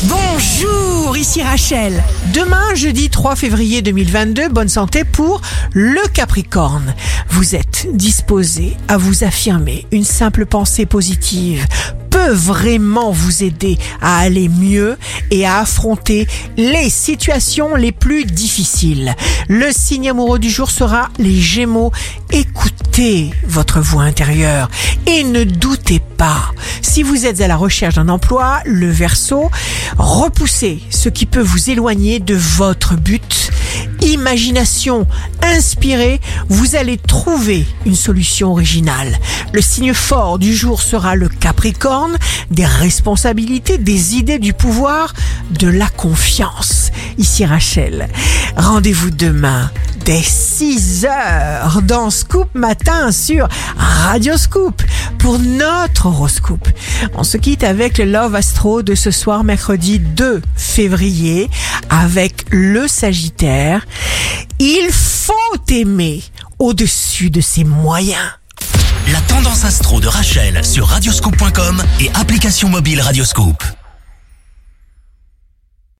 Bonjour, ici Rachel. Demain, jeudi 3 février 2022, bonne santé pour le Capricorne. Vous êtes disposé à vous affirmer. Une simple pensée positive peut vraiment vous aider à aller mieux et à affronter les situations les plus difficiles. Le signe amoureux du jour sera les Gémeaux. Écoutez votre voix intérieure et ne doutez pas. Si vous êtes à la recherche d'un emploi, le Verseau, repoussez ce qui peut vous éloigner de votre but. Imagination inspirée, vous allez trouver une solution originale. Le signe fort du jour sera le Capricorne, des responsabilités, des idées, du pouvoir, de la confiance. Ici Rachel, rendez-vous demain dès 6h dans Scoop Matin sur Radio Scoop pour notre horoscope. On se quitte avec le Love Astro de ce soir mercredi 2 février avec le Sagittaire. Il faut aimer au-dessus de ses moyens. La tendance astro de Rachel sur radioscoop.com et application mobile Radioscoop.